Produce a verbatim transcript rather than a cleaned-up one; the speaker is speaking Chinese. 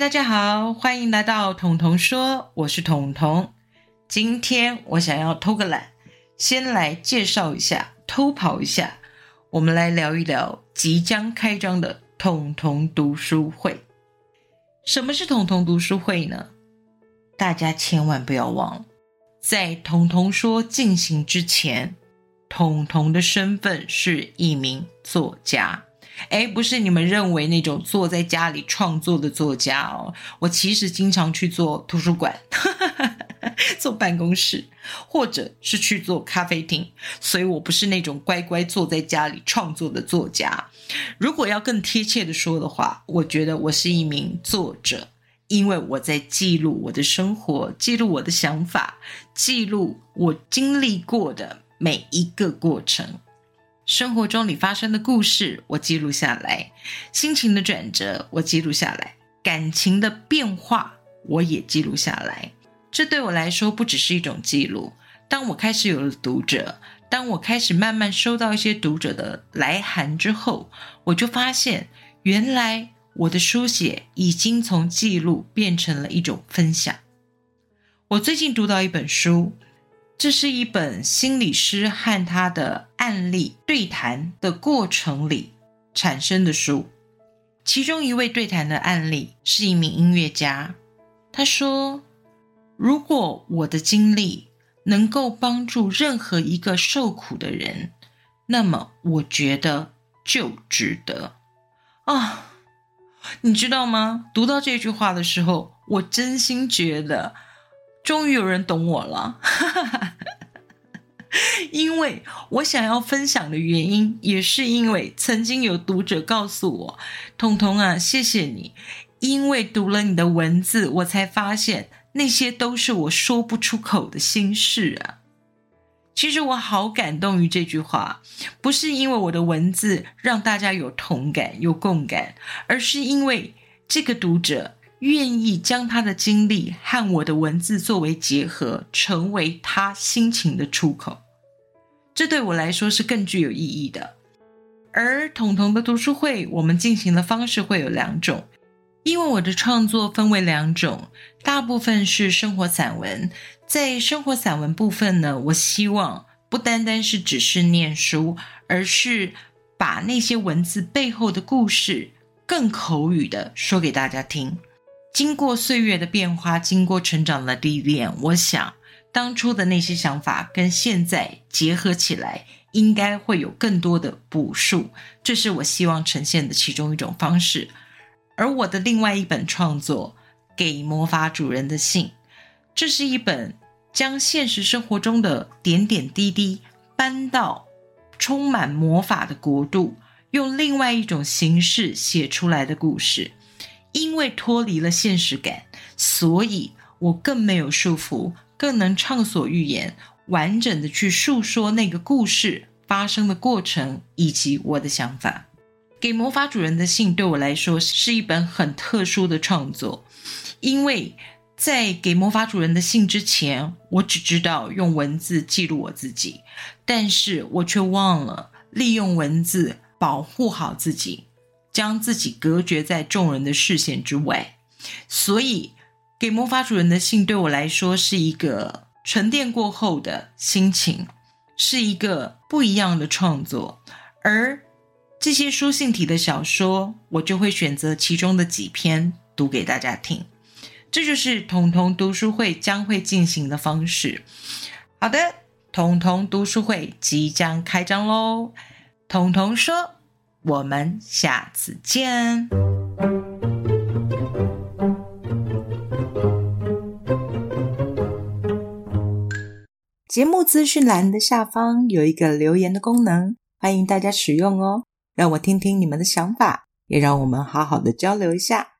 大家好，欢迎来到彤彤说，我是彤彤。今天我想要偷个懒，先来介绍一下，偷跑一下，我们来聊一聊即将开张的彤彤读书会。什么是彤彤读书会呢？大家千万不要忘了，在彤彤说进行之前，彤彤的身份是一名作家。诶，不是你们认为那种坐在家里创作的作家哦，我其实经常去做图书馆做办公室，或者是去做咖啡厅，所以我不是那种乖乖坐在家里创作的作家。如果要更贴切的说的话，我觉得我是一名作者，因为我在记录我的生活，记录我的想法，记录我经历过的每一个过程。生活中里发生的故事我记录下来，心情的转折我记录下来，感情的变化我也记录下来。这对我来说不只是一种记录，当我开始有了读者，当我开始慢慢收到一些读者的来函之后，我就发现原来我的书写已经从记录变成了一种分享。我最近读到一本书，这是一本心理师和他的案例对谈的过程里产生的书。其中一位对谈的案例是一名音乐家，他说，如果我的经历能够帮助任何一个受苦的人，那么我觉得就值得啊！你知道吗？读到这句话的时候，我真心觉得终于有人懂我了因为我想要分享的原因，也是因为曾经有读者告诉我，彤彤啊，谢谢你，因为读了你的文字，我才发现那些都是我说不出口的心事啊。其实我好感动于这句话，不是因为我的文字让大家有同感有共感，而是因为这个读者愿意将他的经历和我的文字作为结合，成为他心情的出口。这对我来说是更具有意义的。而彤彤的读书会，我们进行的方式会有两种，因为我的创作分为两种，大部分是生活散文。在生活散文部分呢，我希望不单单是只是念书，而是把那些文字背后的故事更口语的说给大家听。经过岁月的变化，经过成长的历练，我想当初的那些想法跟现在结合起来，应该会有更多的补述，这是我希望呈现的其中一种方式。而我的另外一本创作《给魔法主人的信》，这是一本将现实生活中的点点滴滴搬到充满魔法的国度，用另外一种形式写出来的故事。因为脱离了现实感，所以我更没有束缚，更能畅所欲言，完整的去述说那个故事发生的过程以及我的想法。给魔法主人的信对我来说是一本很特殊的创作，因为在给魔法主人的信之前，我只知道用文字记录我自己，但是我却忘了利用文字保护好自己，将自己隔绝在众人的视线之外。所以给魔法主人的信对我来说是一个沉淀过后的心情，是一个不一样的创作。而这些书信体的小说，我就会选择其中的几篇读给大家听。这就是彤彤读书会将会进行的方式。好的，彤彤读书会即将开张咯。彤彤说，我们下次见。节目资讯栏的下方有一个留言的功能，欢迎大家使用哦，让我听听你们的想法，也让我们好好的交流一下。